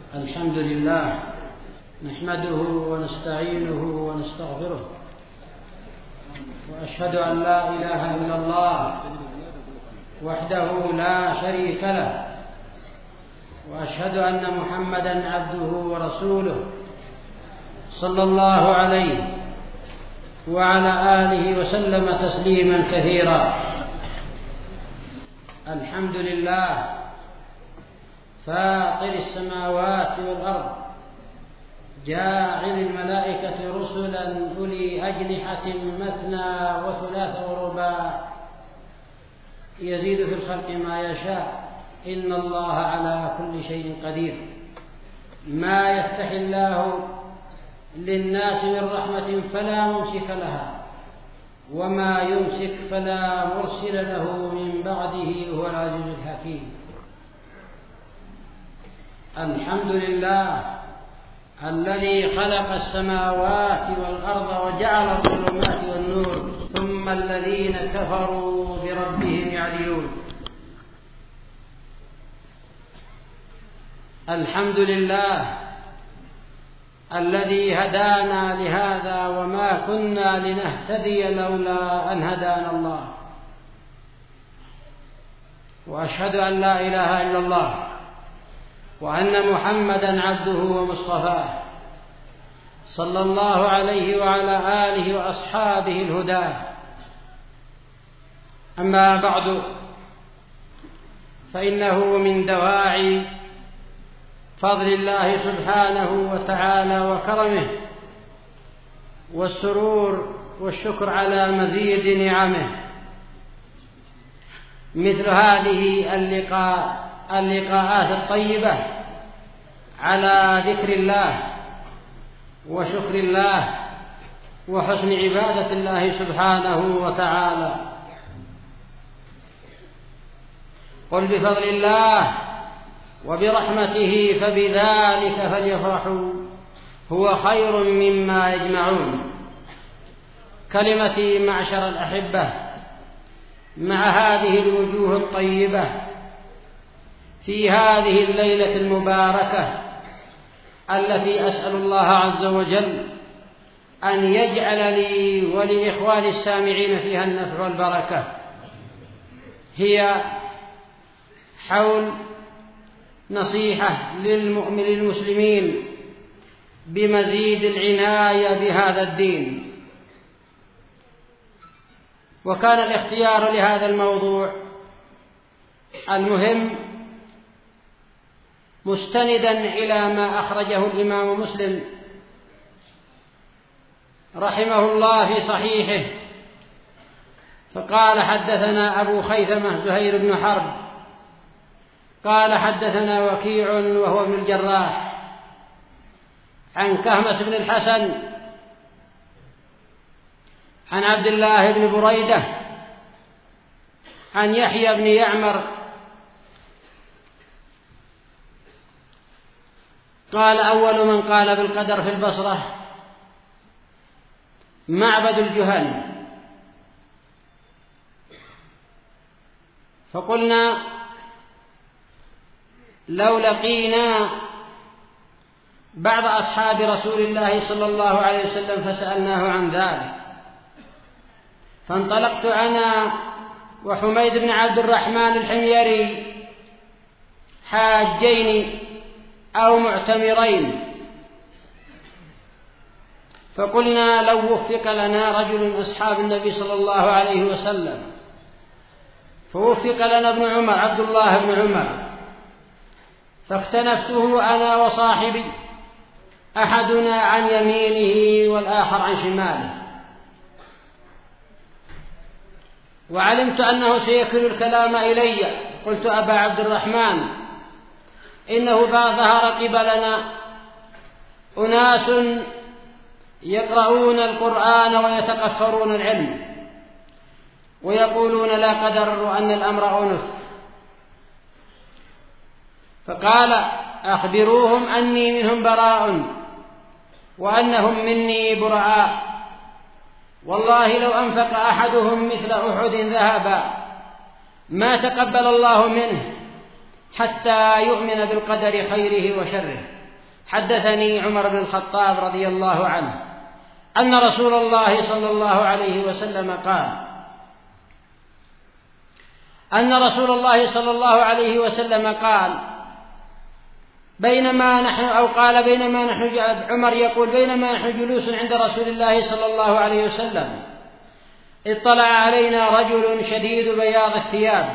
الحمد لله نحمده ونستعينه ونستغفره، وأشهد أن لا إله إلا الله وحده لا شريك له، وأشهد أن محمدًا عبده ورسوله صلى الله عليه وعلى آله وسلم تسليمًا كثيرا. الحمد لله فاطر السماوات والأرض، جاعل الملائكة رسلا أولي أجنحة مثنى وثلاث ورباع، يزيد في الخلق ما يشاء، إن الله على كل شيء قدير. ما يفتح الله للناس من رحمة فلا ممسك لها، وما يمسك فلا مرسل له من بعده، هو العزيز الحكيم. الحمد لله الذي خلق السماوات والأرض وجعل الظلمات والنور، ثم الذين كفروا بربهم يعدلون. الحمد لله الذي هدانا لهذا، وما كنا لنهتدي لولا أن هدانا الله. وأشهد أن لا إله إلا الله، وأن محمدًا عبده ومصطفاه، صلى الله عليه وعلى آله وأصحابه الهداة. أما بعد، فإنه من دواعي فضل الله سبحانه وتعالى وكرمه والسرور والشكر على مزيد نعمه مثل هذه اللقاءات الطيبة على ذكر الله وشكر الله وحسن عبادة الله سبحانه وتعالى. قل بفضل الله وبرحمته فبذلك فليفرحوا هو خير مما يجمعون. كلمتي معشر الأحبة مع هذه الوجوه الطيبة في هذه الليلة المباركة التي أسأل الله عز وجل أن يجعل لي ولإخواني السامعين فيها النفع والبركة، هي حول نصيحة للمسلمين بمزيد العناية بهذا الدين. وكان الاختيار لهذا الموضوع المهم مستندًا إلى ما أخرجه الإمام مسلم رحمه الله في صحيحه، فقال: حدثنا أبو خيثمة زهير بن حرب قال حدثنا وكيع وهو ابن الجراح عن كهمس بن الحسن عن عبد الله بن بريدة عن يحيى بن يعمر قال: أول من قال بالقدر في البصرة معبد الجهني. فقلنا: لو لقينا بعض أصحاب رسول الله صلى الله عليه وسلم فسألناه عن ذلك، فانطلقت أنا وحميد بن عبد الرحمن الحميري حاجين أو معتمرين، فقلنا: لو وفق لنا رجل من أصحاب النبي صلى الله عليه وسلم. فوفق لنا ابن عمر عبد الله بن عمر، فاختنفته أنا وصاحبي، أحدنا عن يمينه والآخر عن شماله، وعلمت أنه سيكل الكلام إلي. قلت: أبا عبد الرحمن، إنه ظهر قبلنا أناس يقرؤون القرآن ويتقفرون العلم ويقولون لا قدر وأن الأمر أنف. فقال: أخبروهم أني منهم براء وأنهم مني براء، والله لو أنفق أحدهم مثل أحد ذهبا ما تقبل الله منه حتى يؤمن بالقدر خيره وشره. حدثني عمر بن الخطاب رضي الله عنه أن رسول الله صلى الله عليه وسلم قال بينما نحن عمر يقول بينما نحن جلوس عند رسول الله صلى الله عليه وسلم اطلع علينا رجل شديد بياض الثياب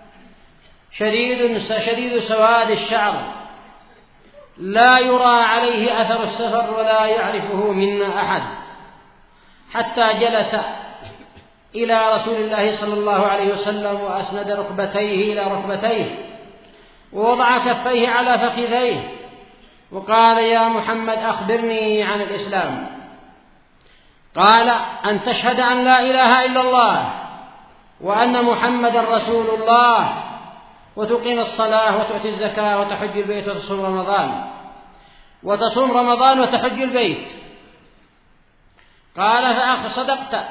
شديد سواد الشعر لا يرى عليه أثر السفر ولا يعرفه منا أحد، حتى جلس إلى رسول الله صلى الله عليه وسلم وأسند ركبتيه إلى ركبتيه ووضع كفيه على فخذيه وقال: يا محمد أخبرني عن الإسلام. قال: أن تشهد أن لا إله إلا الله وأن محمدا رسول الله وتقيم الصلاة وتؤتي الزكاة وتحج البيت وتصوم رمضان وتحج البيت. قال: صدقت.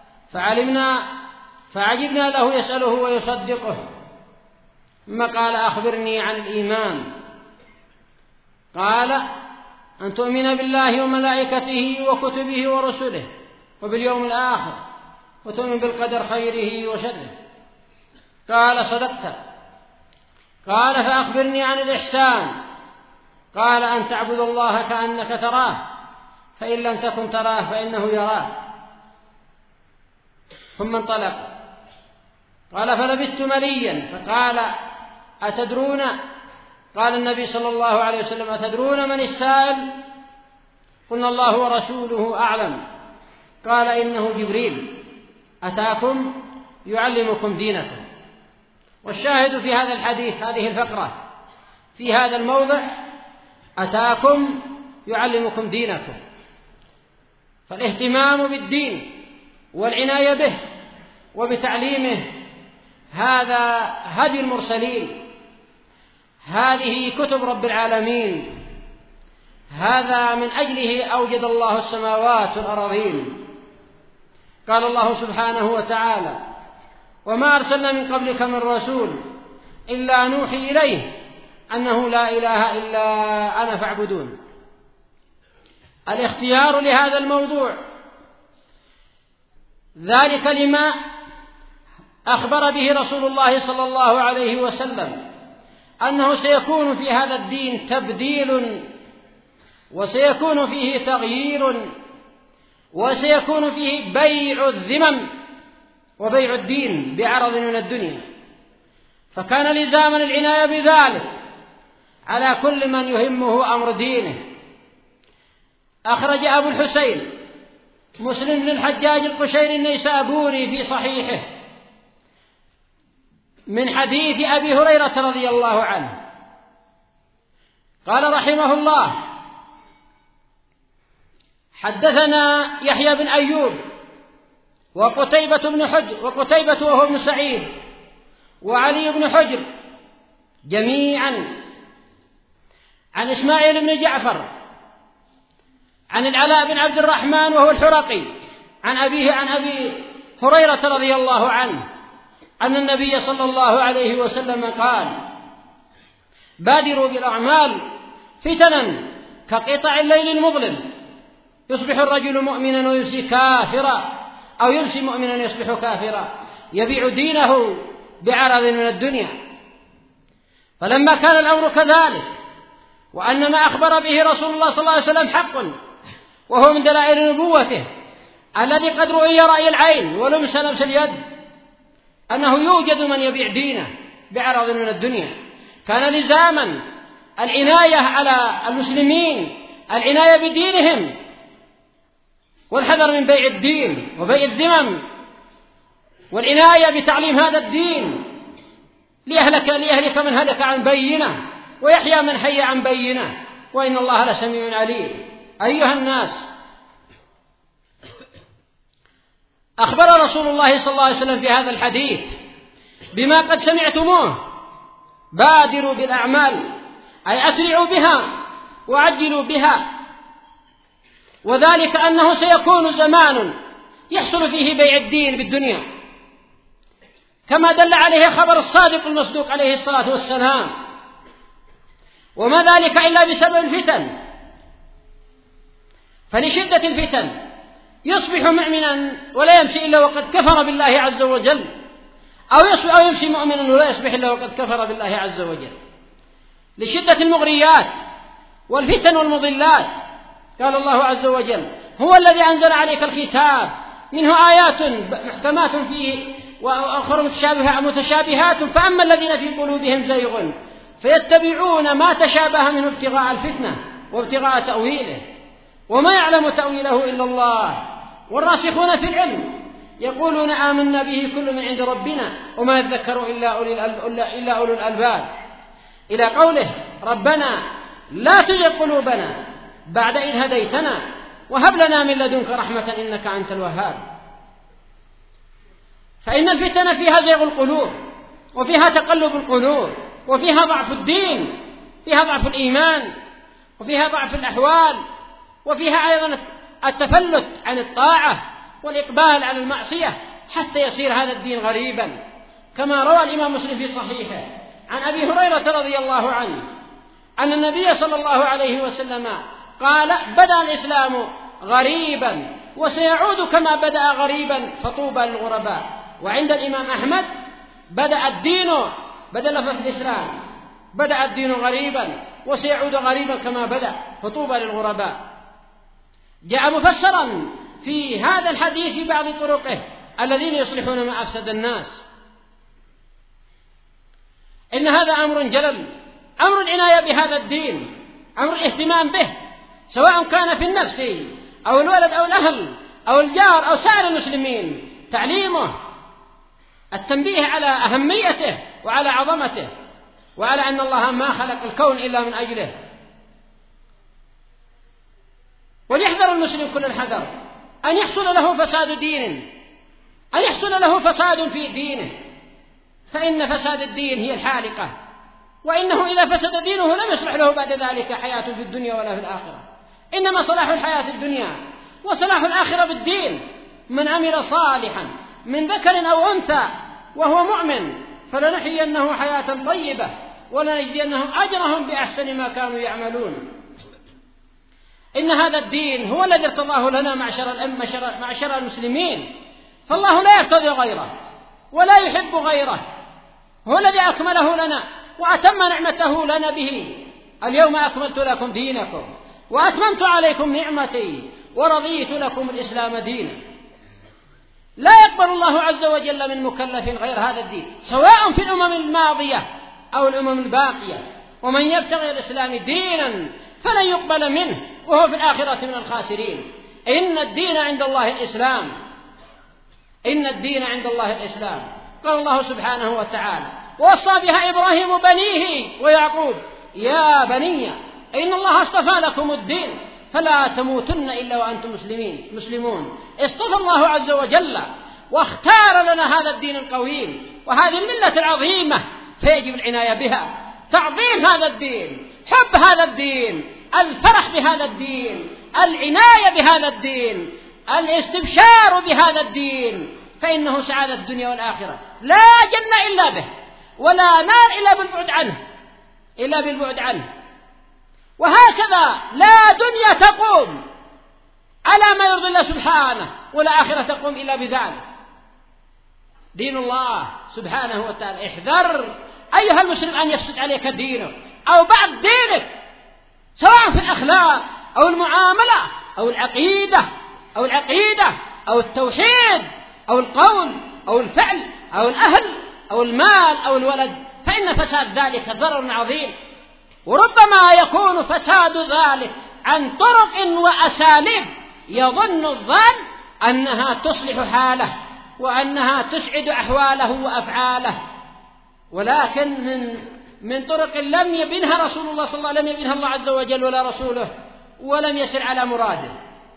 فعجبنا له يسأله ويصدقه. ثم قال: أخبرني عن الإيمان. قال: أن تؤمن بالله وملائكته وكتبه ورسله وباليوم الآخر وتؤمن بالقدر خيره وشره. قال: صدقت. قال: فأخبرني عن الإحسان. قال: أن تعبد الله كأنك تراه فإن لم تكن تراه فإنه يراك. ثم انطلق. قال: فلبثت مليا فقال: أتدرون؟ قال النبي صلى الله عليه وسلم: أتدرون من السائل؟ قلنا: الله ورسوله أعلم. قال: إنه جبريل أتاكم يعلمكم دينكم. والشاهد في هذا الحديث هذه الفقرة في هذا الموضع: أتاكم يعلمكم دينكم. فالاهتمام بالدين والعناية به وبتعليمه هذا هدي المرسلين، هذه كتب رب العالمين، هذا من أجله أوجد الله السماوات والأراضين. قال الله سبحانه وتعالى: وما أرسلنا من قبلك من رسول إلا نوحي إليه أنه لا إله إلا أنا فاعبدون. الاختيار لهذا الموضوع ذلك لما أخبر به رسول الله صلى الله عليه وسلم أنه سيكون في هذا الدين تبديل وسيكون فيه تغيير وسيكون فيه بيع الذمم وبيع الدين بعرض من الدنيا. فكان لزاما العناية بذلك على كل من يهمه أمر دينه. أخرج أبو الحسين مسلم بن الحجاج القشيري النيسابوري في صحيحه من حديث أبي هريرة رضي الله عنه قال رحمه الله: حدثنا يحيى بن أيوب وقتيبة وهو ابن سعيد وعلي بن حجر جميعا عن إسماعيل بن جعفر عن العلاء بن عبد الرحمن وهو الحرقي عن أبيه عن أبي هريرة رضي الله عنه أن النبي صلى الله عليه وسلم قال: بادروا بالأعمال فتنا كقطع الليل المظلم، يصبح الرجل مؤمنا ويمسي كافرا أو يمسي مؤمنا يصبح كافرا، يبيع دينه بعرض من الدنيا. فلما كان الأمر كذلك وأن ما أخبر به رسول الله صلى الله عليه وسلم حق وهو من دلائل نبوته الذي قد رؤي رأي العين ولمس لمس اليد أنه يوجد من يبيع دينه بعرض من الدنيا، كان لزاما العناية على المسلمين، العناية بدينهم والحذر من بيع الدين وبيع الذمم، والعناية بتعليم هذا الدين ليهلك من هلك عن بينه ويحيى من حي عن بينه، وإن الله لسميع عليم. أيها الناس، أخبر رسول الله صلى الله عليه وسلم في هذا الحديث بما قد سمعتموه: بادروا بالأعمال، أي أسرعوا بها وعجلوا بها، وذلك أنه سيكون زمان يحصل فيه بيع الدين بالدنيا كما دل عليه خبر الصادق المصدوق عليه الصلاة والسلام، وما ذلك إلا بسبب الفتن فلشدة الفتن يصبح مؤمنا ولا يمشي إلا وقد كفر بالله عز وجل، أو يمشي مؤمنا ولا يصبح إلا وقد كفر بالله عز وجل. لشدة المغريات والفتن والمضلات قال الله عز وجل: هو الذي أنزل عليك الكتاب منه آيات محكمات فيه وأخر متشابهات، فأما الذين في قلوبهم زيغ فيتبعون ما تشابه منه ابتغاء الفتنة وابتغاء تأويله وما يعلم تأويله إلا الله والراسخون في العلم يقولون آمنا به كل من عند ربنا وما يذكر إلا أولو الألباب، إلى قوله: ربنا لا تزغ قلوبنا بعد إذ هديتنا وهب لنا من لدنك رحمة إنك أنت الوهاب. فإن الفتن فيها زيغ القلوب، وفيها تقلب القلوب، وفيها ضعف الدين، فيها ضعف الإيمان، وفيها ضعف الأحوال، وفيها أيضا التفلت عن الطاعة والإقبال على المعصية حتى يصير هذا الدين غريبا، كما روى الإمام مسلم في صحيحه عن أبي هريرة رضي الله عنه أن النبي صلى الله عليه وسلم قال: بدأ الإسلام غريبا وسيعود كما بدأ غريبا فطوبى للغرباء. وعند الإمام أحمد: بدأ الدين بدل لفظ الإسلام، بدأ الدين غريبا وسيعود غريبا كما بدأ فطوبى للغرباء. جاء مفسرا في هذا الحديث في بعض طرقه: الذين يصلحون ما أفسد الناس. إن هذا أمر جلل، أمر العناية بهذا الدين، أمر الاهتمام به، سواء كان في النفس أو الولد أو الأهل أو الجار أو سائر المسلمين، تعليمه، التنبيه على أهميته وعلى عظمته، وعلى أن الله ما خلق الكون إلا من أجله. وليحذر المسلم كل الحذر أن يحصل له فساد دين، أن يحصل له فساد في دينه، فإن فساد الدين هي الحالقة، وإنه إذا فسد دينه لم يصلح له بعد ذلك حياة في الدنيا ولا في الآخرة. إنما صلاح الحياة الدنيا وصلاح الآخرة بالدين. من عمل صالحا من ذكر أو أنثى وهو مؤمن فلنحيينه حياة طيبة ولنجزينهم أجرهم بأحسن ما كانوا يعملون. إن هذا الدين هو الذي ارتضاه لنا معشر المسلمين، فالله لا يرتضي غيره ولا يحب غيره، هو الذي أكمله لنا وأتم نعمته لنا به: اليوم أكملت لكم دينكم وأتممت عليكم نعمتي ورضيت لكم الإسلام دينا. لا يقبل الله عز وجل من مكلف غير هذا الدين، سواء في الأمم الماضية أو الأمم الباقية. ومن يبتغي الإسلام دينا فلن يقبل منه وهو في الآخرة من الخاسرين. إن الدين عند الله الإسلام، إن الدين عند الله الإسلام. قال الله سبحانه وتعالى: ووصى بها إبراهيم بنيه ويعقوب يا بني إن الله اصطفى لكم الدين فلا تموتن إلا وأنتم مسلمون. اصطفى الله عز وجل واختار لنا هذا الدين القويم وهذه الملة العظيمة، فيجب العناية بها، تعظيم هذا الدين، حب هذا الدين، الفرح بهذا الدين، العناية بهذا الدين، الاستبشار بهذا الدين، فإنه سعادة الدنيا والآخرة. لا جنة إلا به، ولا نار إلا بالبعد عنه. وهكذا لا دنيا تقوم على ما يرضي الله سبحانه، ولا آخرة تقوم إلا بذلك. دين الله سبحانه وتعالى. احذر أيها المسلم أن يفسد عليك دينك أو بعض دينك، سواء في الأخلاق أو المعاملة أو العقيدة أو التوحيد أو القول أو الفعل أو الأهل أو المال أو الولد، فإن فساد ذلك ضرر عظيم. وربما يكون فساد ذلك عن طرق وأساليب يظن الظان أنها تصلح حاله وأنها تسعد أحواله وأفعاله، ولكن من طرق لم يبنها رسول الله صلى الله عليه وسلم، لم يبنها الله عز وجل ولا رسوله، ولم يسر على مراده.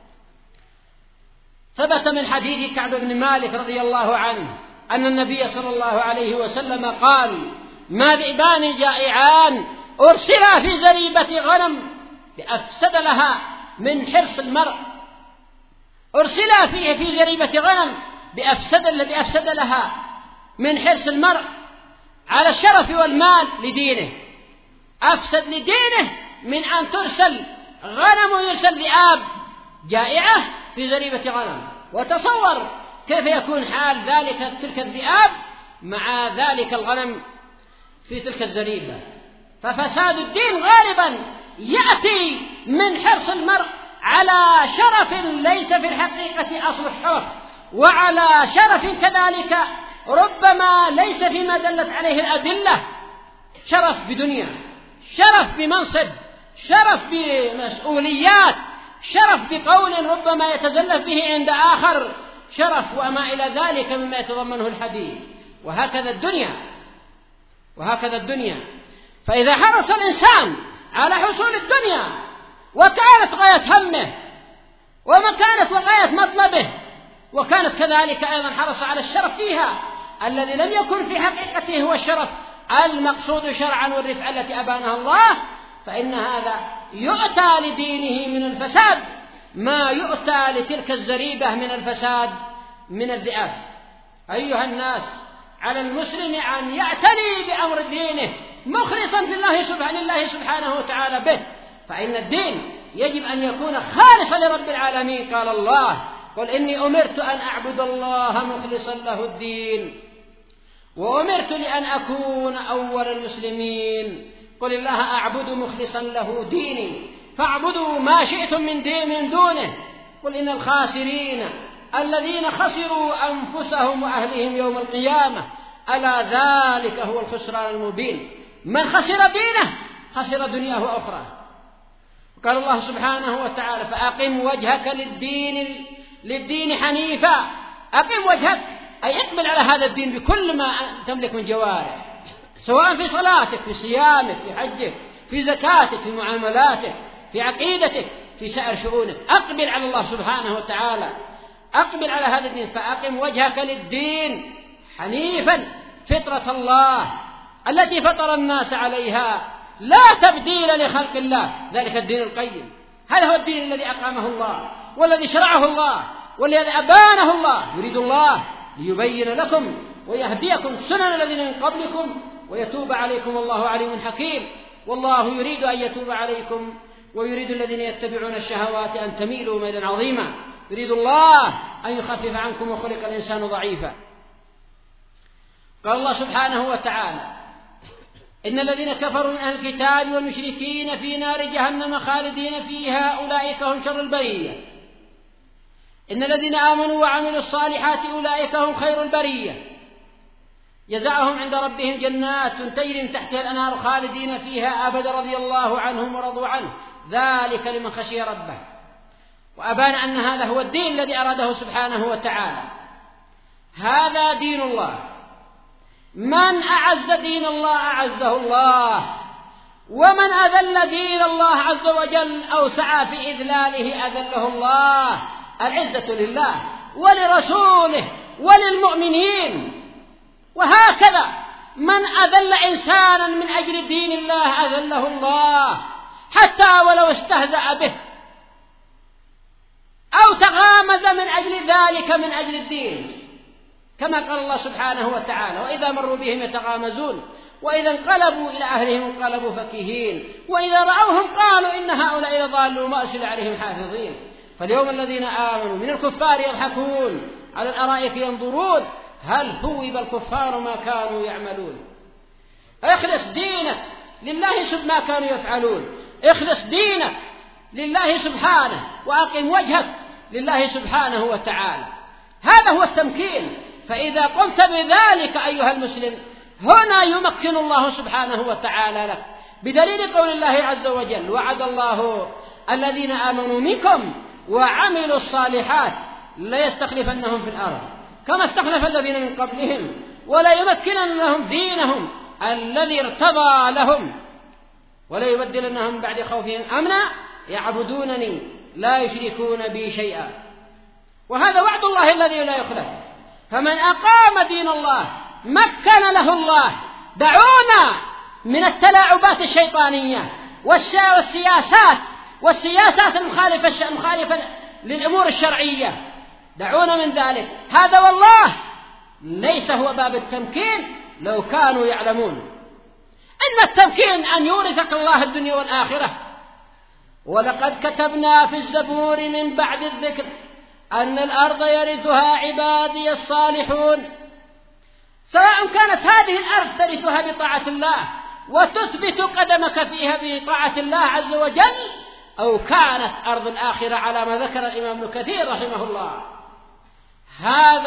ثبت من حديث كعب بن مالك رضي الله عنه أن النبي صلى الله عليه وسلم قال: ما ذئبان جائعان أرسلا في زريبة غنم بأفسد لها من حرص المرء، أرسلا في زريبة غنم الذي أفسد لها من حرص المرء على الشرف والمال لدينه. أفسد لدينه من أن ترسل غنم ويرسل ذئاب جائعة في زريبة غنم. وتصور كيف يكون حال تلك الذئاب مع ذلك الغنم في تلك الزريبة. ففساد الدين غالبا يأتي من حرص المرء على شرف ليس في الحقيقة أصل الحرف، وعلى شرف كذلك ربما ليس فيما دلت عليه الأدلة، شرف بدنيا، شرف بمنصب، شرف بمسؤوليات، شرف بقول ربما يتزلف به عند آخر، شرف وما إلى ذلك مما يتضمنه الحديث. وهكذا الدنيا. فإذا حرص الإنسان على حصول الدنيا وكانت غاية همه وكانت غاية مطلبه، وكانت كذلك أيضا حرص على الشرف فيها الذي لم يكن في حقيقته هو الشرف المقصود شرعا والرفعة التي أبانها الله، فإن هذا يؤتى لدينه من الفساد ما يؤتى لتلك الزريبة من الفساد من الذئاب. أيها الناس، على المسلم أن يعتني بأمر دينه مخلصا لله سبحانه وتعالى به، فإن الدين يجب أن يكون خالصا لرب العالمين. قال الله: قل إني أمرت أن أعبد الله مخلصا له الدين وأمرت لأن أكون أول المسلمين. قل الله أعبد مخلصا له ديني فاعبدوا ما شئتم من دونه. قل إن الخاسرين الذين خسروا أنفسهم وأهلهم يوم القيامة ألا ذلك هو الخسران المبين. من خسر دينه خسر دنياه وأخرى. قال الله سبحانه وتعالى: فأقم وجهك للدين حنيفا. أقم وجهك أي اقبل على هذا الدين بكل ما تملك من جوارح، سواء في صلاتك، في صيامك، في حجك، في زكاتك، في معاملاتك، في عقيدتك، في سائر شؤونك. أقبل على الله سبحانه وتعالى، أقبل على هذا الدين. فأقم وجهك للدين حنيفا فطرة الله التي فطر الناس عليها لا تبديل لخلق الله، ذلك الدين القيم. هذا هو الدين الذي أقامه الله والذي شرعه الله والذي أبانه الله. يريد الله ليبين لكم ويهديكم سنن الذين من قبلكم ويتوب عليكم والله عليم حكيم. والله يريد أن يتوب عليكم ويريد الذين يتبعون الشهوات أن تميلوا ميلا عظيما. يريد الله أن يخفف عنكم وخلق الإنسان ضعيفا. قال الله سبحانه وتعالى: إن الذين كفروا من أهل الكتاب والمشركين في نار جهنم خالدين فيها أولئك هم شر البرية. إن الذين آمنوا وعملوا الصالحات أولئك هم خير البرية. جزاؤهم عند ربهم جنات تجري من تحتها الأنهار خالدين فيها أبدا رضي الله عنهم ورضوا عنه ذلك لمن خشي ربه. وأبان أن هذا هو الدين الذي أراده سبحانه وتعالى. هذا دين الله. من أعز دين الله أعزه الله، ومن أذل دين الله عز وجل أو سعى في إذلاله أذله الله. العزة لله ولرسوله وللمؤمنين. وهكذا من أذل إنسانا من أجل دين الله أذله الله، حتى ولو استهزأ به أو تغامز من أجل ذلك من أجل الدين، كما قال الله سبحانه وتعالى: وإذا مروا بهم يتغامزون وإذا انقلبوا إلى أهلهم انقلبوا فكهين وإذا رأوهم قالوا إن هؤلاء لضالون وما أرسل عليهم حافظين. فاليوم الذين آمنوا من الكفار يضحكون على الأرائك ينظرون هل ثوب الكفار ما كانوا يعملون. اخلص دينك لله ما كانوا يفعلون. اخلص دينك لله سبحانه وأقم وجهك لله سبحانه وتعالى. هذا هو التمكين. فإذا قمت بذلك أيها المسلم هنا يمكن الله سبحانه وتعالى لك، بدليل قول الله عز وجل: وعد الله الذين آمنوا منكم وعملوا الصالحات ليستخلفنهم في الأرض كما استخلف الذين من قبلهم ولا يمكنن لهم دينهم الذي ارتضى لهم ولا يبدلنهم بعد خوفهم أمنا يعبدونني لا يشركون بي شيئا. وهذا وعد الله الذي لا يخلف. فمن أقام دين الله مكن له الله. دعونا من التلاعبات الشيطانية والسياسات المخالفة للأمور الشرعية، دعونا من ذلك. هذا والله ليس هو باب التمكين لو كانوا يعلمون. إن التمكين أن يورثك الله الدنيا والآخرة ولقد كتبنا في الزبور من بعد الذكر أن الأرض يرثها عبادي الصالحون. سواء كانت هذه الأرض ترثها بطاعة الله وتثبت قدمك فيها بطاعة الله عز وجل، أو كانت أرض الآخرة على ما ذكر الإمام ابن كثير رحمه الله. هذا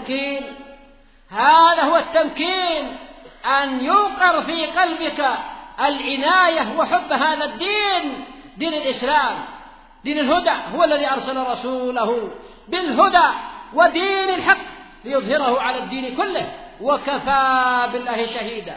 هو التمكين أن يوقر في قلبك العناية وحب هذا الدين، دين الإسلام، دين الهدى. هو الذي أرسل رسوله بالهدى ودين الحق ليظهره على الدين كله، وكفى بالله شهيدا.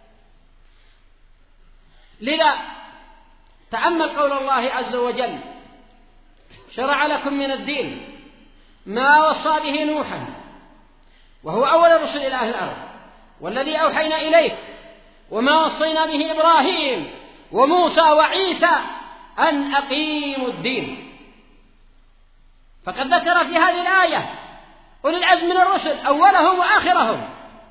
لذا تأمل قول الله عز وجل: شرع لكم من الدين ما وصى به نوحا وهو أول الرسل إلى أهل الأرض، والذي أوحينا إليك، وما وصينا به إبراهيم وموسى وعيسى أن أقيموا الدين. فقد ذكر في هذه الآية أولي العزم من الرسل أولهم وآخرهم،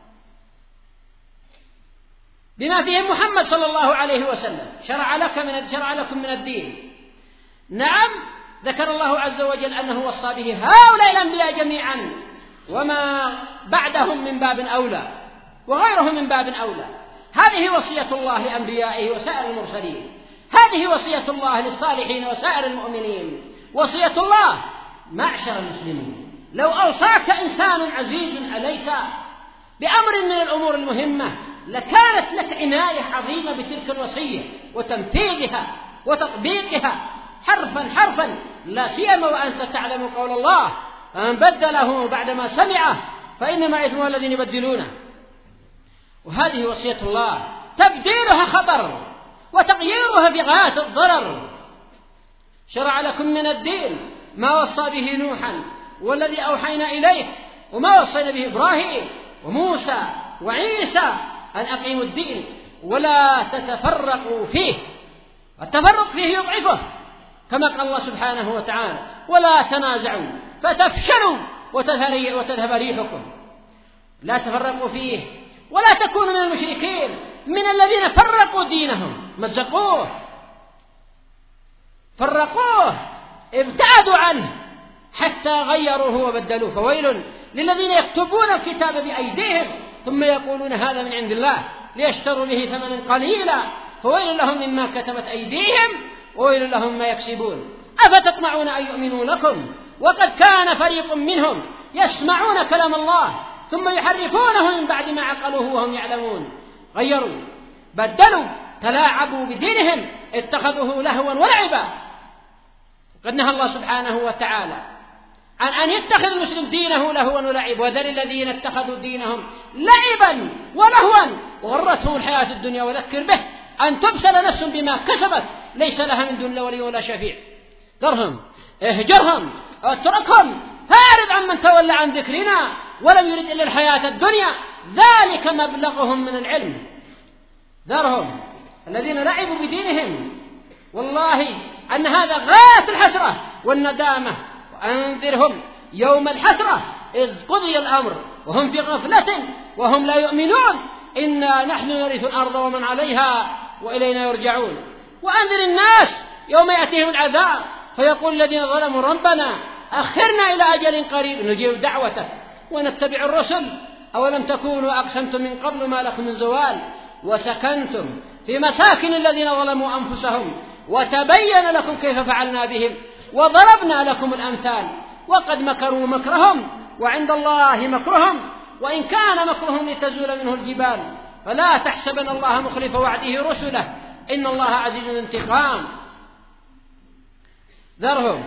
بما فيهم محمد صلى الله عليه وسلم. شرع لكم من الدين. نعم، ذكر الله عز وجل أنه وصى به هؤلاء الأنبياء جميعا، وما بعدهم من باب أولى، وغيرهم من باب أولى. هذه وصية الله لأنبيائه وسائر المرسلين، هذه وصية الله للصالحين وسائر المؤمنين، وصية الله. معشر المسلمين، لو أوصاك إنسان عزيز عليك بأمر من الأمور المهمة لكانت لك عناية عظيمة بتلك الوصية وتنفيذها وتطبيقها حرفا، لا سيما وأنت تعلم قول الله: فمن بدله بعدما سمعه فإنما إثمه الذين يبدلونه. وهذه وصية الله، تبديلها خطر وتغييرها في غاية الضرر. شرع لكم من الدين ما وصى به نوحا والذي أوحينا إليه وما وصينا به إبراهيم وموسى وعيسى أن أقيموا الدين ولا تتفرقوا فيه. التفرق فيه يضعفه، كما قال الله سبحانه وتعالى: ولا تنازعوا فتفشلوا وتذهب ريحكم. لا تفرقوا فيه، ولا تكونوا من المشركين، من الذين فرقوا دينهم، مزقوه، فرقوه، ابتعدوا عنه حتى غيروه وبدلوه. فويل للذين يكتبون الكتاب بأيديهم ثم يقولون هذا من عند الله ليشتروا به ثمنا قليلا، فويل لهم مما كتبت أيديهم وويل لهم ما يكسبون. أفتطمعون أن يؤمنوا لكم وقد كان فريق منهم يسمعون كلام الله ثم يحرفونه من بعد ما عقلوه وهم يعلمون. غيروا، بدلوا، تلاعبوا بدينهم، اتخذوه لهوا ولعبا. قد نهى الله سبحانه وتعالى عن أن يتخذ المسلم دينه لهوا ولعب: وذر الذين اتخذوا دينهم لعبا ولهوا وغرتهم الحياة الدنيا وذكر به أن تبسل نفس بما كسبت ليس لها من دون ولي ولا شفيع. ذرهم، اهجرهم، اتركهم، فاعرض عن من تولى عن ذكرنا ولم يرد إلا الحياة الدنيا ذلك مبلغهم من العلم. ذرهم الذين لعبوا بدينهم، والله أن هذا غاية الحسرة والندامة. وأنذرهم يوم الحسرة إذ قضي الأمر وهم في غفلة وهم لا يؤمنون إنا نحن نرث الأرض ومن عليها وإلينا يرجعون. وأنذر الناس يوم يأتيهم العذاب فيقول الذين ظلموا ربنا أخرنا إلى أجل قريب نجيب دعوته ونتبع الرسل أولم تكونوا أقسمتم من قبل ما لكم من زوال وسكنتم في مساكن الذين ظلموا أنفسهم وتبين لكم كيف فعلنا بهم وضربنا لكم الأمثال وقد مكروا مكرهم وعند الله مكرهم وإن كان مكرهم لتزول منه الجبال فلا تحسبن الله مخلف وعده رسله إن الله عزيز انتقام. ذرهم.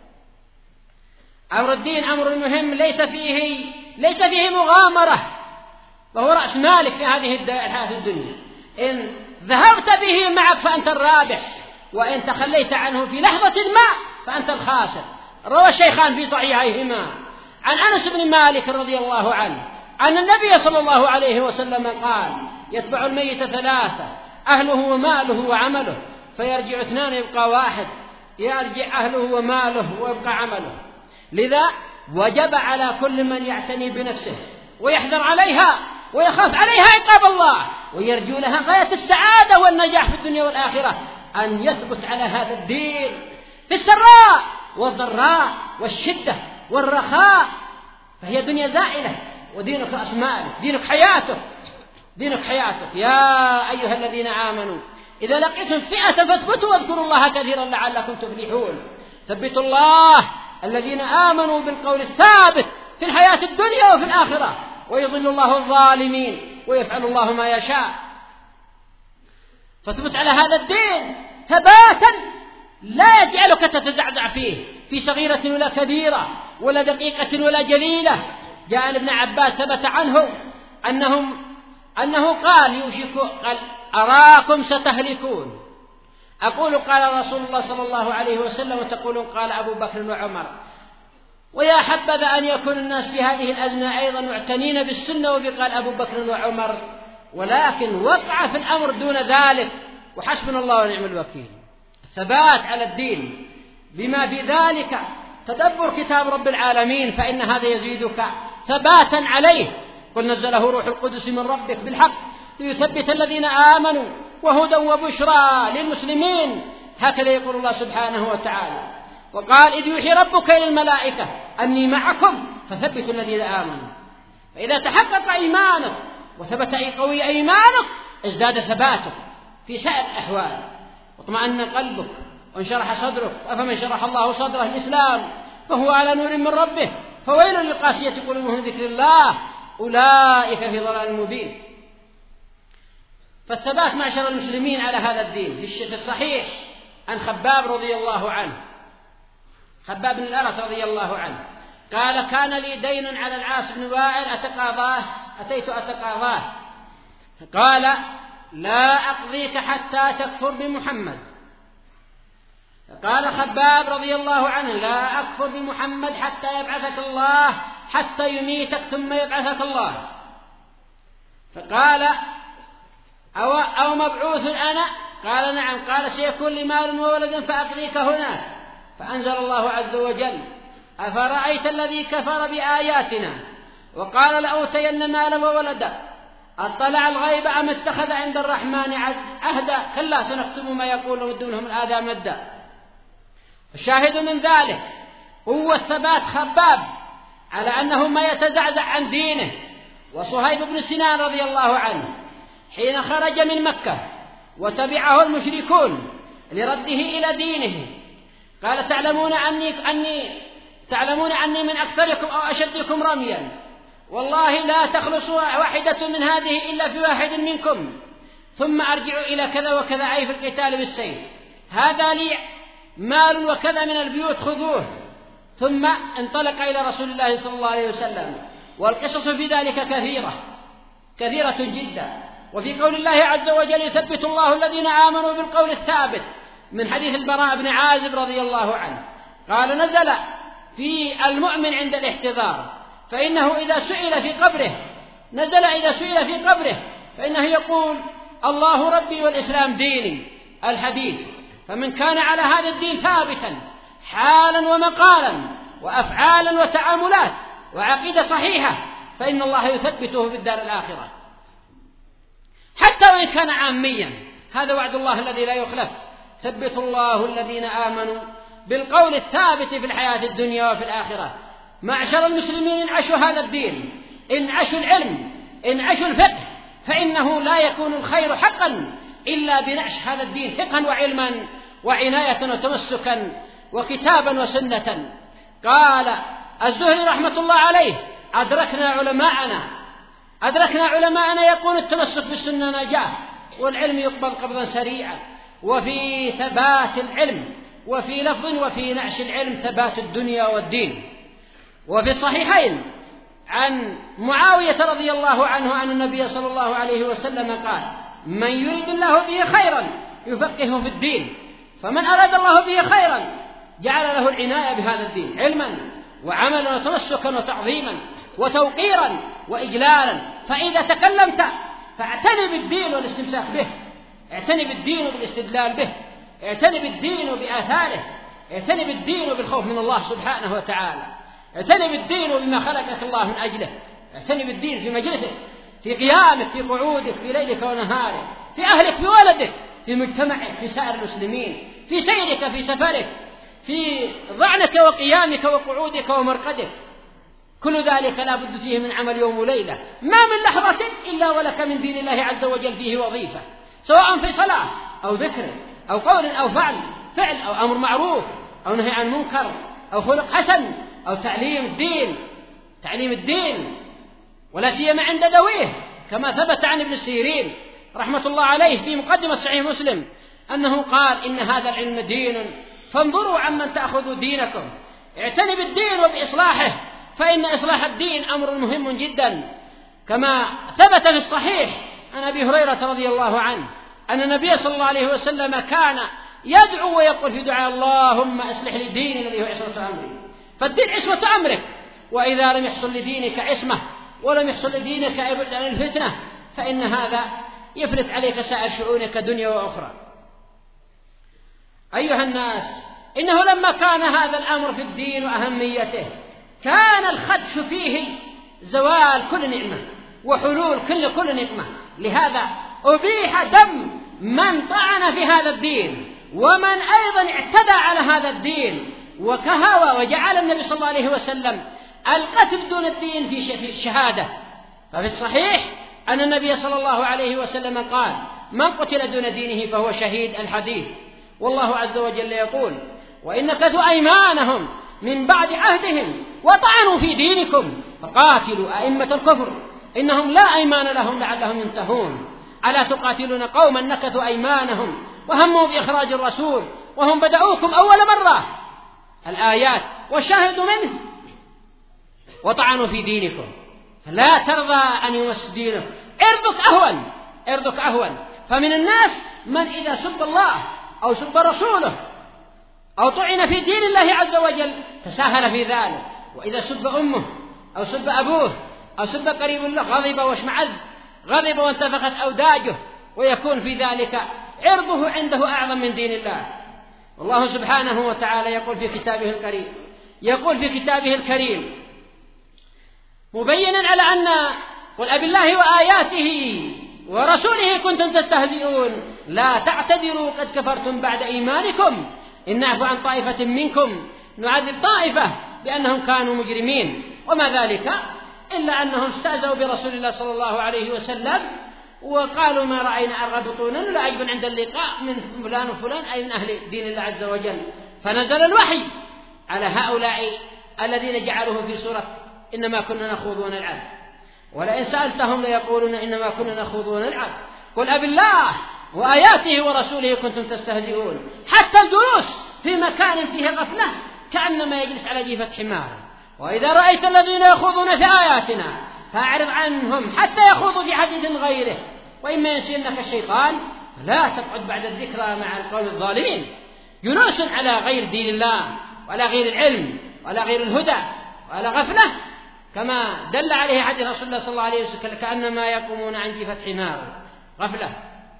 أمر الدين أمر مهم ليس فيه مغامرة، وهو رأس مالك في هذه الحياة الدنيا. إن ذهبت به معك فأنت الرابح، وإن تخليت عنه في لحظة ما فأنت الخاسر. روى الشيخان في صحيحيهما عن أنس بن مالك رضي الله عنه أن النبي صلى الله عليه وسلم قال: يتبع الميت ثلاثة: أهله وماله وعمله، فيرجع اثنان يبقى واحد، يرجع أهله وماله ويبقى عمله. لذا وجب على كل من يعتني بنفسه ويحذر عليها ويخاف عليها عقاب الله ويرجو لها غاية السعادة والنجاح في الدنيا والآخرة أن يثبت على هذا الدين في السراء والضراء والشدة والرخاء، فهي دنيا زائلة، ودينك رأس مالك، دينك حياتك، دينك حياتك. يا أيها الذين آمنوا إذا لقيتم فئة فاثبتوا واذكروا الله كثيرا لعلكم تفلحون. ثبتوا الله الذين آمنوا بالقول الثابت في الحياة الدنيا وفي الآخرة، ويضل الله الظالمين ويفعل الله ما يشاء. فاثبت على هذا الدين ثباتا لا يجعلك تتزعزع فيه في صغيرة ولا كبيرة ولا دقيقة ولا جليلة. جاء عن ابن عباس ثبت عنه أنه قال قال أراكم ستهلكون، أقول قال رسول الله صلى الله عليه وسلم، وتقولون قال أبو بكر وعمر. ويا حبذا أن يكون الناس في هذه الأزمة أيضا معتنين بالسنة وبقال أبو بكر وعمر، ولكن وقع في الأمر دون ذلك، وحسبنا الله ونعم الوكيل. الثبات على الدين بما في ذلك تدبر كتاب رب العالمين، فإن هذا يزيدك ثباتا عليه. قل نزله روح القدس من ربك بالحق ليثبت الذين آمنوا وهدى وبشرى للمسلمين. هكذا يقول الله سبحانه وتعالى. وقال إذ يوحي ربك إلى الملائكة أني معكم فثبتوا الذين آمنوا. فإذا تحقق إيمانك وثبت قوي إيمانك ازداد ثباتك في سائر الأحوال، واطمأن قلبك وانشرح صدرك. أفمن شرح الله صدره الإسلام فهو على نور من ربه فويل للقاسية قلوبهم من ذكر الله أولئك في ضلال مبين. فالثبات معشر المسلمين على هذا الدين في الصحيح عن خباب رضي الله عنه، خباب بن الأرث رضي الله عنه قال كان لي دين على العاص بن وائل أتيت أتقاضاه، قال لا أقضيك حتى تكفر بمحمد. قال خباب رضي الله عنه لا أكفر بمحمد حتى يبعثك الله، حتى يميتك ثم يبعثك الله. فقال أو مبعوث أنا؟ قال نعم. قال سيكون لي مال وولد فأقضيك هناك. فأنزل الله عز وجل أفرأيت الذي كفر بآياتنا وقال لأوتين مالا وولدا أطلع الغيب أم اتخذ عند الرحمن عهدا كلا سنكتب ما يقول ونمد لهم الآذى مدا. الشاهد من ذلك قوة ثبات خباب على أنه ما يتزعزع عن دينه. وصهيب بن سنان رضي الله عنه حين خرج من مكة وتبعه المشركون لرده إلى دينه قال تعلمون أني من أكثركم أو أشدكم رميا، والله لا تخلص واحدة من هذه إلا في واحد منكم، ثم أرجع إلى كذا وكذا أي في القتال بالسيف، هذا لي مال وكذا من البيوت خذوه. ثم انطلق إلى رسول الله صلى الله عليه وسلم. والقصص في ذلك كثيرة جدا. وفي قول الله عز وجل يثبت الله الذين آمنوا بالقول الثابت من حديث البراء بن عازب رضي الله عنه قال نزل في المؤمن عند الاحتضار، فإنه إذا سئل في قبره فإنه يقول الله ربي والإسلام ديني الحديث. فمن كان على هذا الدين ثابتا حالا ومقالا وأفعالا وتعاملات وعقيدة صحيحة فإن الله يثبته في الدار الآخرة حتى وإن كان عاميا. هذا وعد الله الذي لا يخلف. ثبت الله الذين آمنوا بالقول الثابت في الحياة الدنيا وفي الآخرة. معشر المسلمين عشوا هذا الدين، إن عشوا العلم، إن عشوا الفقه، فإنه لا يكون الخير حقا إلا بنعش هذا الدين فقها وعلما وعناية وتمسكا وكتابا وسنة. قال الزهري رحمة الله عليه أدركنا علماءنا يكون التمسك بالسنة نجاة، والعلم يقبل قبضا سريعا. وفي ثبات العلم وفي لفظ وفي نعش العلم ثبات الدنيا والدين. وفي الصحيحين عن معاوية رضي الله عنه عن النبي صلى الله عليه وسلم قال من يريد الله به خيرا يفقهه في الدين. فمن أراد الله به خيرا جعل له العناية بهذا الدين علما وعملا وتمسكا وتعظيما وتوقيرا وإجلالا. فإذا تكلمت فاعتني بالدين والاستمساك به، اعتني بالدين وبالاستدلال به، اعتني بالدين وبآثاره، اعتني بالدين وبالخوف من الله سبحانه وتعالى، اعتني بالدين وبما خلقك الله من أجله، اعتني بالدين في مجلسك، في قيامك، في قعودك، في ليلك ونهارك، في أهلك، في ولدك، في مجتمعك، في سائر المسلمين، في سيرك، في سفرك، في ضعنك وقيامك وقعودك ومرقدك. كل ذلك لا بد فيه من عمل يوم وليلة، ما من لحظة إلا ولك من دين الله عز وجل فيه وظيفة، سواء في صلاة أو ذكر أو قول أو فعل أو أمر معروف أو نهي عن منكر أو خلق حسن أو تعليم الدين، ولا سيما عند ذويه، كما ثبت عن ابن سيرين رحمة الله عليه في مقدمة صحيح مسلم أنه قال: إن هذا العلم دين فانظروا عمن تأخذوا دينكم، اعتني بالدين وبإصلاحه، فإن إصلاح الدين أمر مهم جدا. كما ثبت في الصحيح عن أبي هريرة رضي الله عنه أن النبي صلى الله عليه وسلم كان يدعو ويقول في دعاء: اللهم أصلح لي ديني الذي هو عصمة أمري. فالدين عصمة أمرك، وإذا لم يحصل لدينك عصمة ولم يحصل لدينك إبعاد عن الفتنة فإن هذا يفلت عليك سائر شؤونك دنيا وأخرى. أيها الناس، إنه لما كان هذا الأمر في الدين وأهميته كان الخدش فيه زوال كل نعمة وحلول كل نقمة، لهذا أبيح دم من طعن في هذا الدين ومن أيضا اعتدى على هذا الدين وكهوى، وجعل النبي صلى الله عليه وسلم القتل دون الدين في الشهادة. ففي الصحيح أن النبي صلى الله عليه وسلم قال: من قتل دون دينه فهو شهيد، الحديث. والله عز وجل يقول: وإن نكثوا أيمانهم من بعد عهدهم وطعنوا في دينكم فقاتلوا أئمة الكفر إنهم لا أيمان لهم لعلهم ينتهون. ألا تقاتلون قوما نكثوا أيمانهم وهموا بإخراج الرسول وهم بدعوكم أول مرة، الآيات. والشاهد منه: وطعنوا في دينكم فلا ترضى أن يمس دينك، عرضك أهون. فمن الناس من إذا سب الله أو سب رسوله أو طعن في دين الله عز وجل تساهل في ذلك، وإذا سب أمه أو سب أبوه أو سب قريب له غضب واشمعز، غضب وانتفخت أوداجه، ويكون في ذلك عرضه عنده أعظم من دين الله. والله سبحانه وتعالى يقول في كتابه الكريم مبينا على أن: قل أبالله وآياته ورسوله كنتم تستهزئون لا تعتذروا قد كفرتم بعد إيمانكم إن نعفو عن طائفة منكم نعذب طائفة بأنهم كانوا مجرمين. وما ذلك إلا أنهم استهزأوا برسول الله صلى الله عليه وسلم وقالوا: ما رأينا أرغب بطونا ولا عجبا عند اللقاء من فلان وفلان، أي من أهل دين الله عز وجل. فنزل الوحي على هؤلاء الذين جعلوه في سورة إنما كنا نخوض ونلعب، ولئن سألتهم ليقولون إنما كنا نخوض ونلعب. قل أبالله وآياته ورسوله كنتم تستهزئون. حتى الجلوس في مكان فيه غفلة كأنما يجلس على جيفة حمار. وإذا رأيت الذين يخوضون في آياتنا فأعرض عنهم حتى يخوضوا في حديث غيره، وإما ينسينك الشيطان فلا تقعد بعد الذكرى مع القوم الظالمين. جلوس على غير دين الله ولا غير العلم ولا غير الهدى ولا غفلة، كما دل عليه حديث رسول الله صلى الله عليه وسلم: كأنما يقومون عن جيفة حمار، غفلة.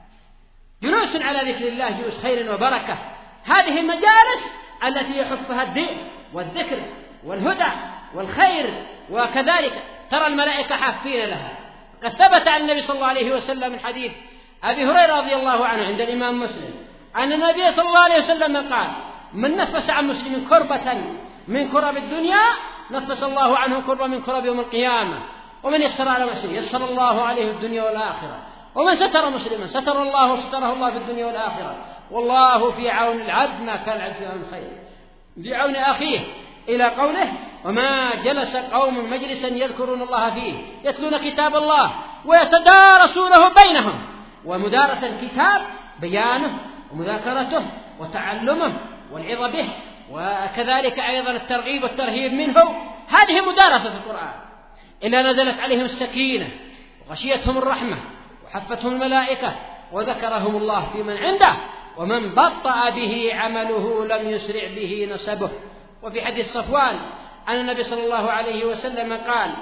جلوس على ذكر الله جلوس خير وبركة. هذه المجالس التي يحفها الدين والذكر والهدى والخير، وكذلك ترى الملائكة حافين لها. قد ثبت عن النبي صلى الله عليه وسلم من حديث أبي هريرة رضي الله عنه عند الإمام مسلم أن النبي صلى الله عليه وسلم قال: من نفس عن مسلم كربة من كرب الدنيا نفس الله عنه كربة من كرب يوم القيامة، ومن يسر على مسلم يسر الله عليه الدنيا والآخرة، ومن ستر مسلما ستره الله في الدنيا والآخرة، والله في عون العبد ما كان العبد في عون الخير في عون أخيه، إلى قوله: وما جلس قوم مجلسا يذكرون الله فيه يتلون كتاب الله ويتدارسونه بينهم. ومدارسة الكتاب بيانه ومذاكرته وتعلمه والعظة به، وكذلك أيضا الترغيب والترهيب منه. هذه مدارسة القرآن. إلا نزلت عليهم السكينة وغشيتهم الرحمة وحفتهم الملائكة وذكرهم الله في من عنده، ومن بطأ به عمله لم يسرع به نسبه. وفي حديث صفوان أن النبي صلى الله عليه وسلم قال: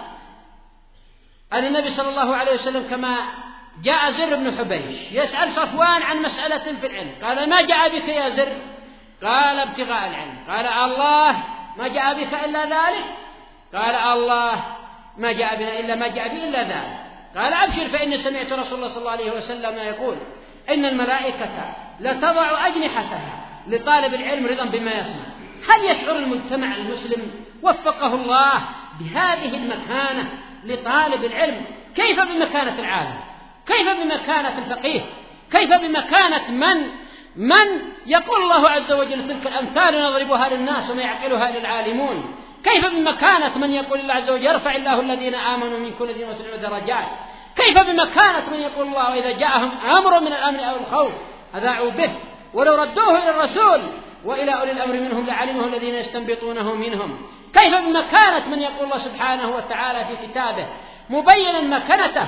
أن النبي صلى الله عليه وسلم كما جاء زر بن حبيش يسأل صفوان عن مسألة في العلم، قال: ما جاء بك يا زر؟ قال: ابتغاء العلم. قال: الله ما جاء بك إلا ذلك؟ قال: الله ما جاء بنا إلا ما جاء بي إلا ذلك. قال: أبشر فإني سمعت رسول الله صلى الله عليه وسلم يقول: إن الملائكة لتضع أجنحتها لطالب العلم رضا بما يسمع. هل يشعر المجتمع المسلم وفقه الله بهذه المكانة لطالب العلم؟ كيف بمكانة العالم؟ كيف بمكانة الفقيه؟ كيف بمكانة من يقول الله عز وجل تلك الأمثال نضربها للناس وما يعقلها إلا العالمون؟ كيف بمكانة من يقول الله عز وجل يرفع الله الذين آمنوا منكم الذين أوتوا العلم درجات؟ كيف بمكانة من يقول الله وإذا جاءهم أمر من الأمن أو الخوف أذاعوا به ولو ردوه إلى الرسول وإلى أولي الأمر منهم لعلمه الذين يستنبطونه منهم؟ كيف بمكانة من يقول الله سبحانه وتعالى في كتابه مبينا مكانته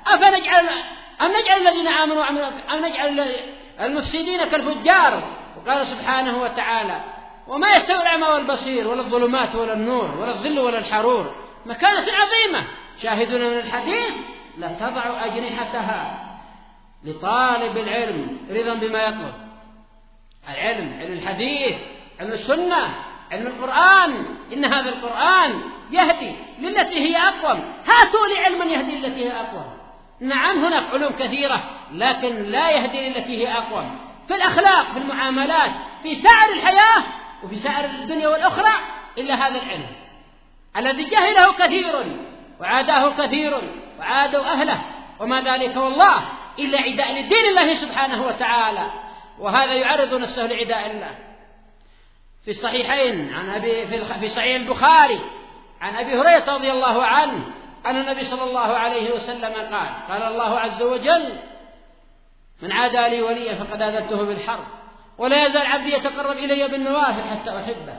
أم نجعل الذين آمنوا أم نجعل المفسدين كالفجار؟ وقال سبحانه وتعالى وما يستوي الأعمى والبصير ولا الظلمات ولا النور ولا الظل ولا الحرور. مكانة عظيمة. شاهدون من الحديث لتضع أجنحتها لطالب العلم رضا بما يطلب. العلم، علم الحديث، علم السنة، علم القرآن، إن هذا القرآن يهدي للتي هي أقوم. هاتوا لي علما يهدي للتي هي أقوم. نعم هناك علوم كثيرة لكن لا يهدي للتي هي أقوم. في الأخلاق، في المعاملات، في سائر الحياة وفي سائر الدنيا والأخرى إلا هذا العلم الذي جهله كثير وعاداه كثير وعادوا أهله وما ذلك والله إلا عداء لدين الله سبحانه وتعالى. وهذا يعرض نفسه لعداء الله. في الصحيحين في صحيح البخاري عن أبي هريرة رضي الله عنه أن النبي صلى الله عليه وسلم قال الله عز وجل من عادى لي وليا فقد آذنته بالحرب ولا يزال عبدي يتقرب إلي بالنوافل حتى أحبه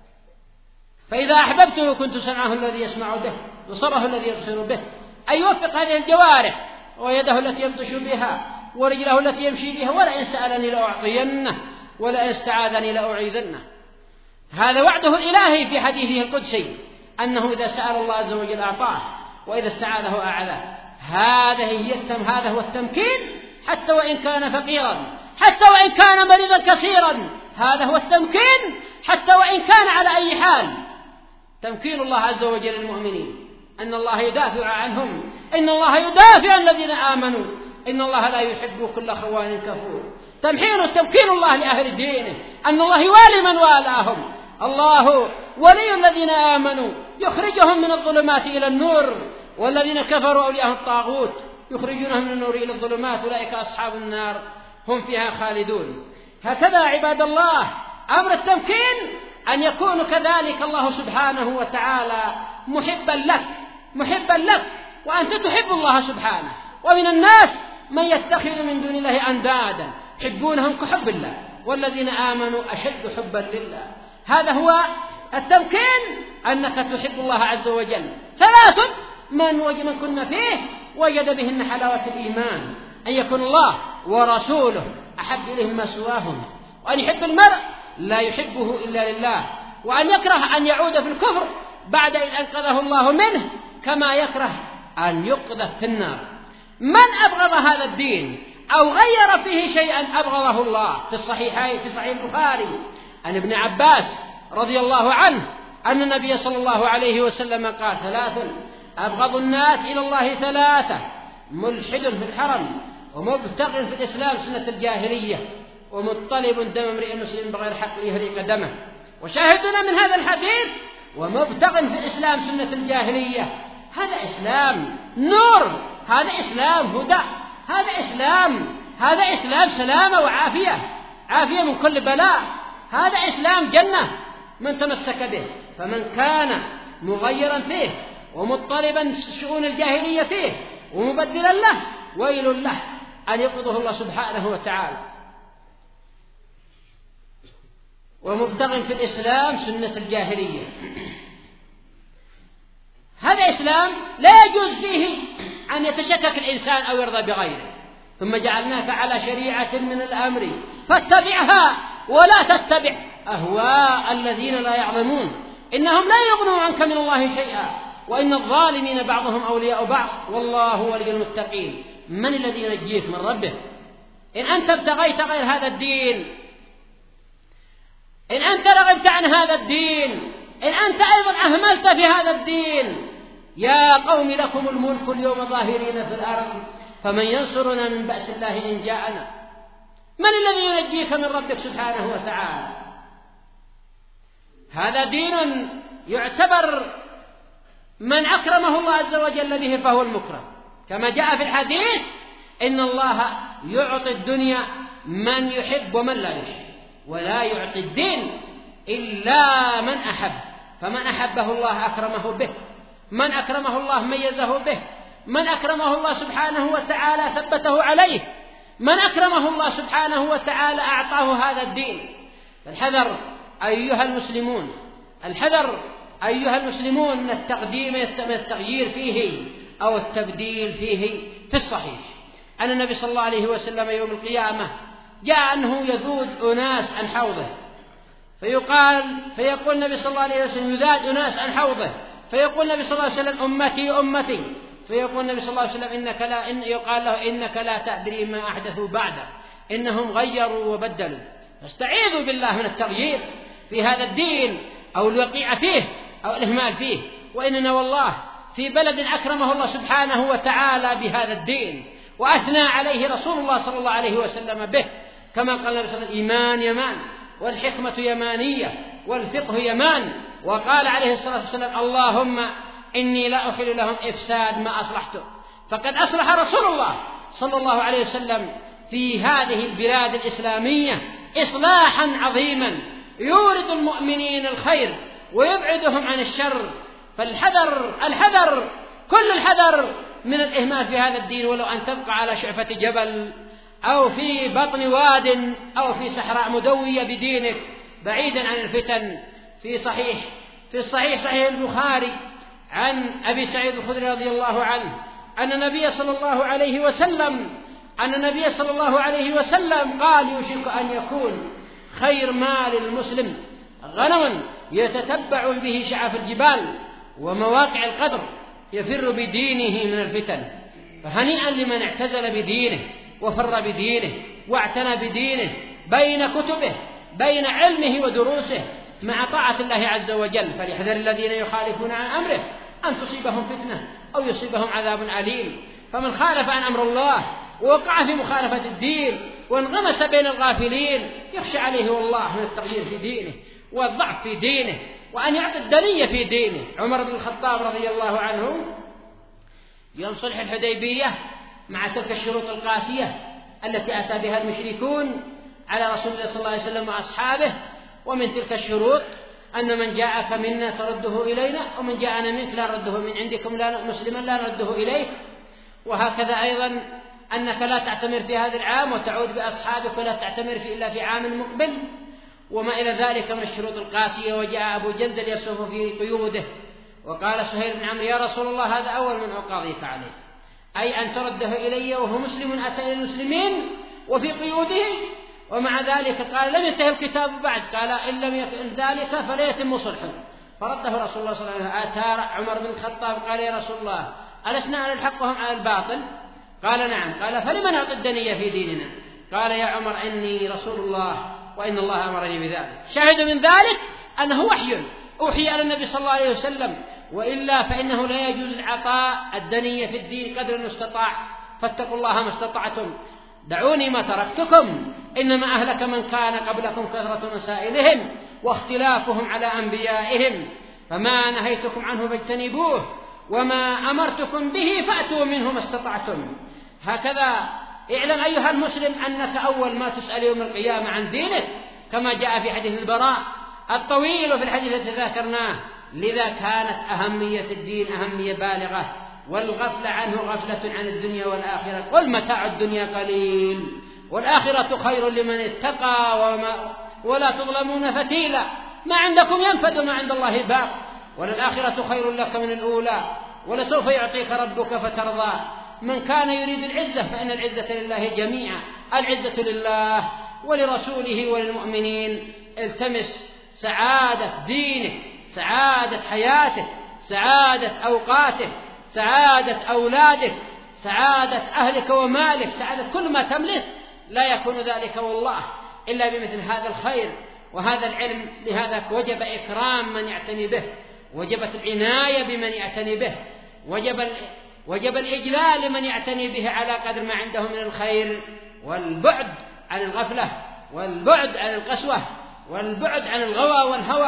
فإذا أحببته كنت سمعه الذي يسمع به وبصره الذي يبصر به. أن يوفق هذه الجوارح ويده التي يبطش بها ورجله التي يمشي بها ولئن سألني لأعطينه ولئن استعاذني لأعيذنه. هذا وعده الإلهي في حديثه القدسي أنه إذا سأل الله عز وجل أعطاه وإذا استعاذه أعاذه. هذا هو التمكين حتى وإن كان فقيرا، حتى وإن كان مريضا كثيرا. هذا هو التمكين حتى وإن كان على أي حال. تمكين الله عز وجل للمؤمنين أن الله يدافع عنهم، إن الله يدافع عن الذين آمنوا، إن الله لا يحب كل خوان كفور. تمكين الله لأهل دينه أن الله يوالي من والاهم. الله ولي الذين آمنوا يخرجهم من الظلمات إلى النور والذين كفروا أولياءهم الطاغوت يخرجونهم من النور إلى الظلمات أولئك أصحاب النار هم فيها خالدون. هكذا عباد الله أمر التمكين أن يكون كذلك الله سبحانه وتعالى محبا لك وأنت تحب الله سبحانه. ومن الناس من يتخذ من دون الله أندادا يحبونهم كحب الله والذين آمنوا أشد حبا لله. هذا هو التمكين أنك تحب الله عز وجل. ثلاث من كنا فيه وجد بهن حلاوة الإيمان: أن يكون الله ورسوله أحب إليه مما سواهم، وأن يحب المرء لا يحبه إلا لله، وأن يكره أن يعود في الكفر بعد إذ أنقذه الله منه كما يكره أن يقذف في النار. من أبغض هذا الدين أو غير فيه شيئا أبغضه الله. في الصحيحين في صحيح البخاري عن ابن عباس رضي الله عنه أن النبي صلى الله عليه وسلم قال: ثلاث أبغض الناس إلى الله ثلاثة: ملحد في الحرم، ومبتغ في الإسلام سنة الجاهلية، ومطلب دم امرئ مسلم بغير حق يهريق دمه. وشاهدنا من هذا الحديث: ومبتغ في الإسلام سنة الجاهلية. هذا إسلام نور، هذا إسلام هدى، هذا إسلام سلامة وعافية، عافية من كل بلاء. هذا إسلام جنة من تمسك به. فمن كان مغيرا فيه ومضطربا شؤون الجاهلية فيه ومبدلا له ويل له أن يقضه الله سبحانه وتعالى. ومبتغ في الإسلام سنة الجاهلية. هذا إسلام لا يجوز فيه أن يتشكك الإنسان أو يرضى بغيره. ثم جعلناك على شريعة من الأمر فاتبعها ولا تتبع أهواء الذين لا يعلمون إنهم لا يغنون عنك من الله شيئا وإن الظالمين بعضهم أولياء بعض والله ولي المتقين. من الذي ينجيك من ربه إن أنت ابتغيت غير هذا الدين؟ إن أنت رغبت عن هذا الدين، إن أنت أيضا أهملت في هذا الدين. يا قوم لكم الملك اليوم ظاهرين في الأرض فمن ينصرنا من بأس الله إن جاءنا من الذي ينجيك من ربك سبحانه وتعالى؟ هذا دين يعتبر من أكرمه الله عز وجل به فهو المكرم، كما جاء في الحديث إن الله يعطي الدنيا من يحب ومن لا يحب، ولا يعطي الدين إلا من أحب، فمن أحبه الله أكرمه به، من أكرمه الله ميزه به، من أكرمه الله سبحانه وتعالى ثبته عليه، من أكرمه الله سبحانه وتعالى أعطاه هذا الدين. فالحذر أيها المسلمون، الحذر أيها المسلمون من التغيير فيه أو التبديل فيه. في الصحيح أن النبي صلى الله عليه وسلم يوم القيامة جاء أنه يذود أناس عن حوضه، فيقول النبي صلى الله عليه وسلم يذاد أناس عن حوضه، فيقول النبي صلى الله عليه وسلم أمتي أمتي، فيقول النبي صلى الله عليه وسلم يقال له إنك لا تدري ما أحدثوا بعده، إنهم غيروا وبدلوا. فاستعيذوا بالله من التغيير في هذا الدين أو الوقيع فيه أو الإهمال فيه. وإننا والله في بلد أكرمه الله سبحانه وتعالى بهذا الدين وأثنى عليه رسول الله صلى الله عليه وسلم به، كما قال النبي صلى الله عليه وسلم الإيمان يمان والحكمة يمانية والفقه يمان، وقال عليه الصلاة والسلام اللهم إني لا أحل لهم إفساد ما أصلحته. فقد أصلح رسول الله صلى الله عليه وسلم في هذه البلاد الإسلامية إصلاحا عظيما يورد المؤمنين الخير ويبعدهم عن الشر. فالحذر كل الحذر من الإهمال في هذا الدين، ولو أن تبقى على شعفة جبل أو في بطن واد أو في صحراء مدوية بدينك بعيدا عن الفتن. في صحيح البخاري عن أبي سعيد الخدري رضي الله عنه أن النبي صلى الله عليه وسلم قال يوشك أن يكون خير مال المسلم غنم يتتبع به شعف الجبال ومواقع القدر يفر بدينه من الفتن. فهنيئا لمن اعتزل بدينه وفر بدينه واعتنى بدينه بين كتبه بين علمه ودروسه مع طاعة الله عز وجل. فليحذر الذين يخالفون عن أمره أن تصيبهم فتنة أو يصيبهم عذاب أليم. فمن خالف عن أمر الله ووقع في مخالفة الدين وانغمس بين الغافلين يخشى عليه والله من التغيير في دينه والضعف في دينه وأن يعطي الدنية في دينه. عمر بن الخطاب رضي الله عنه يوم صلح الحديبية مع تلك الشروط القاسية التي أتى بها المشركون على رسول الله صلى الله عليه وسلم وأصحابه، ومن تلك الشروط أن من جاءك منا ترده إلينا ومن جاءنا منك لا نرده من عندكم مسلما لا نرده إليك. وهكذا أيضا أنك لا تعتمر في هذا العام وتعود بأصحابك ولا تعتمر إلا في عام مقبل وما إلى ذلك من الشروط القاسية. وجاء أبو جندل يصف في قيوده وقال سهيل بن عمرو يا رسول الله هذا أول من أقاضيك عليه، أي أن ترده إلي وهو مسلم أتى إلى المسلمين وفي قيوده. ومع ذلك قال لم ينتهي الكتاب بعد، قال إن لم يكن ذلك فلا يتم صلحه. فرده رسول الله صلى الله عليه وسلم. أتى عمر بن الخطاب قال يا رسول الله ألسنا على الحق وهم على الباطل؟ قال نعم. قال فلمن أعطي الدنية في ديننا؟ قال يا عمر إني رسول الله وإن الله أمرني بذلك. شاهد من ذلك أنه وحي أوحي على النبي صلى الله عليه وسلم، وإلا فإنه لا يجوز العطاء الدنية في الدين قدر المستطاع. فاتقوا الله ما استطعتم دعوني ما تركتكم إنما أهلك من كان قبلكم كثرة مسائلهم واختلافهم على أنبيائهم، فما نهيتكم عنه فاجتنبوه وما أمرتكم به فأتوا منه ما استطعتم. هكذا اعلم أيها المسلم أنك أول ما تسأل يوم القيامة عن دينك، كما جاء في حديث البراء الطويل وفي الحديث الذي ذكرناه. لذا كانت أهمية الدين أهمية بالغة، والغفلة عنه غفلة عن الدنيا والآخرة. قل متاع الدنيا قليل والآخرة خير لمن اتقى ولا تظلمون فتيلا. ما عندكم ينفد وما عند الله باق، وللآخرة خير لك من الأولى ولسوف يعطيك ربك فترضى. من كان يريد العزة فإن العزة لله جميعا، العزة لله ولرسوله وللمؤمنين. التمس سعادة دينك، سعادة حياتك، سعادة أوقاتك، سعادة أولادك، سعادة أهلك ومالك، سعادة كل ما تملك. لا يكون ذلك والله إلا بمثل هذا الخير وهذا العلم. لهذا وجب إكرام من يعتني به، وجبت العناية بمن يعتني به، وجب الإجلال لمن يعتني به على قدر ما عنده من الخير، والبعد عن الغفلة، والبعد عن القسوة، والبعد عن الغوى والهوى.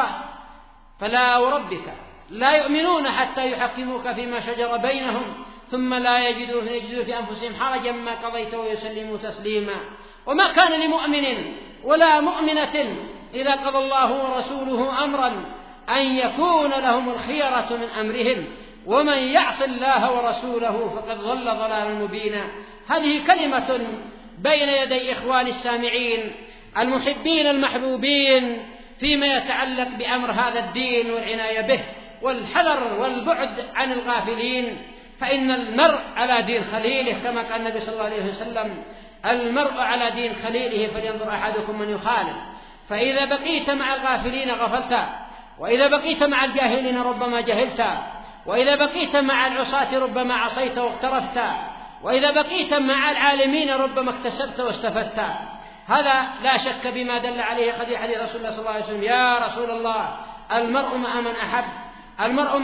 فلا وربك لا يؤمنون حتى يحكموك فيما شجر بينهم ثم لا يجدوا في أنفسهم حرجا مما قضيت ويسلموا تسليما. وما كان لمؤمن ولا مؤمنة إذا قضى الله ورسوله أمرا أن يكون لهم الخيرة من أمرهم ومن يعص الله ورسوله فقد ضل ضلالا مبينا. هذه كلمة بين يدي إخوان السامعين المحبين المحبوبين فيما يتعلق بأمر هذا الدين والعناية به والحذر والبعد عن الغافلين. فإن المرء على دين خليله، كما قال النبي صلى الله عليه وسلم: المرء على دين خليله فلينظر أحدكم من يخالف. فإذا بقيت مع الغافلين غفلت، وإذا بقيت مع الجاهلين ربما جهلت، وإذا بقيت مع العصاة ربما عصيت واقترفت، وإذا بقيت مع العالمين ربما اكتسبت واستفدت. هذا لا شك بما دل عليه حديث رسول الله صلى الله عليه وسلم: يا رسول الله، المرء مع من أحب، المرء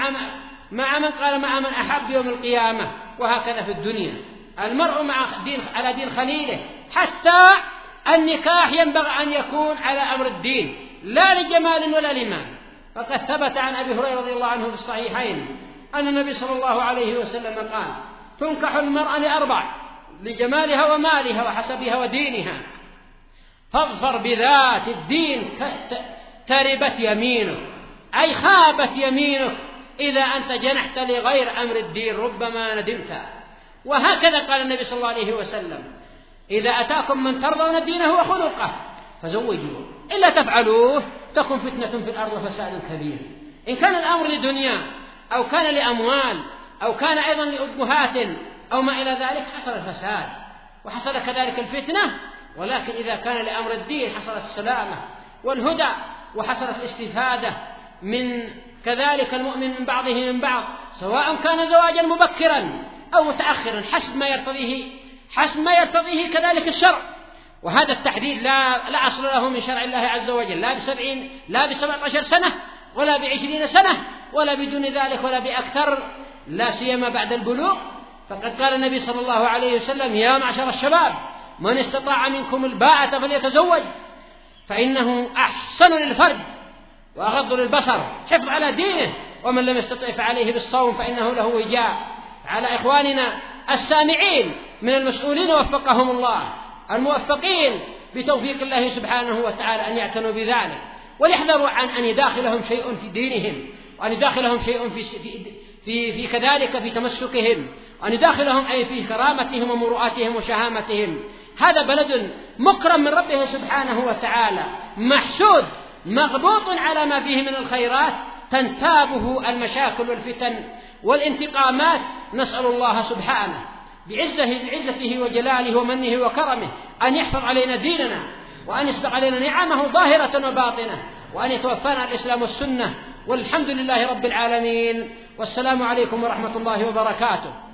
مع من قال مع من أحب يوم القيامة. وهكذا في الدنيا المرء على دين خليله. حتى النكاح ينبغي أن يكون على أمر الدين لا لجمال ولا لمال. فقد ثبت عن أبي هريرة رضي الله عنه في الصحيحين أن النبي صلى الله عليه وسلم قال: تنكح المرأة لأربع: لجمالها ومالها وحسبها ودينها، فاظفر بذات الدين تربت يمينك، أي خابت يمينك إذا أنت جنحت لغير أمر الدين ربما ندمت. وهكذا قال النبي صلى الله عليه وسلم: إذا أتاكم من ترضون دينه وخلقه فزوجوه، إلا تفعلوه تكن فتنة في الأرض وفساد كبير. إن كان الأمر لدنيا أو كان لأموال أو كان أيضا لأبهات أو ما إلى ذلك حصل الفساد وحصل كذلك الفتنة. ولكن إذا كان لأمر الدين حصلت السلامة والهدى وحصلت الاستفادة من كذلك المؤمن من بعضه من بعض، سواء كان زواجا مبكرا أو متأخرا حسب ما يرتضيه كذلك الشرع. وهذا التحديد لا أصل له من شرع الله عز وجل، لا ب17 سنة ولا ب20 سنة ولا بدون ذلك ولا بأكثر، لا سيما بعد البلوغ. فقد قال النبي صلى الله عليه وسلم: يا معشر الشباب، من استطاع منكم الباءة فليتزوج، فإنه أحسن للفرج وأغض للبصر، حفظ على دينه، ومن لم يستطع فعليه بالصوم فإنه له وجاء. على إخواننا السامعين من المسؤولين وفقهم الله الموفقين بتوفيق الله سبحانه وتعالى أن يعتنوا بذلك، وليحذروا عن أن يداخلهم شيء في دينهم، وأن يداخلهم شيء في كذلك في تمسكهم، وأن يداخلهم أي في كرامتهم ومروءاتهم وشهامتهم. هذا بلد مكرم من ربه سبحانه وتعالى، محسود مغبوط على ما فيه من الخيرات، تنتابه المشاكل والفتن والانتقامات. نسأل الله سبحانه بعزته وجلاله ومنه وكرمه أن يحفظ علينا ديننا، وأن يسبق علينا نعمه ظاهرة وباطنة، وأن يتوفانا الإسلام والسنة، والحمد لله رب العالمين. والسلام عليكم ورحمة الله وبركاته.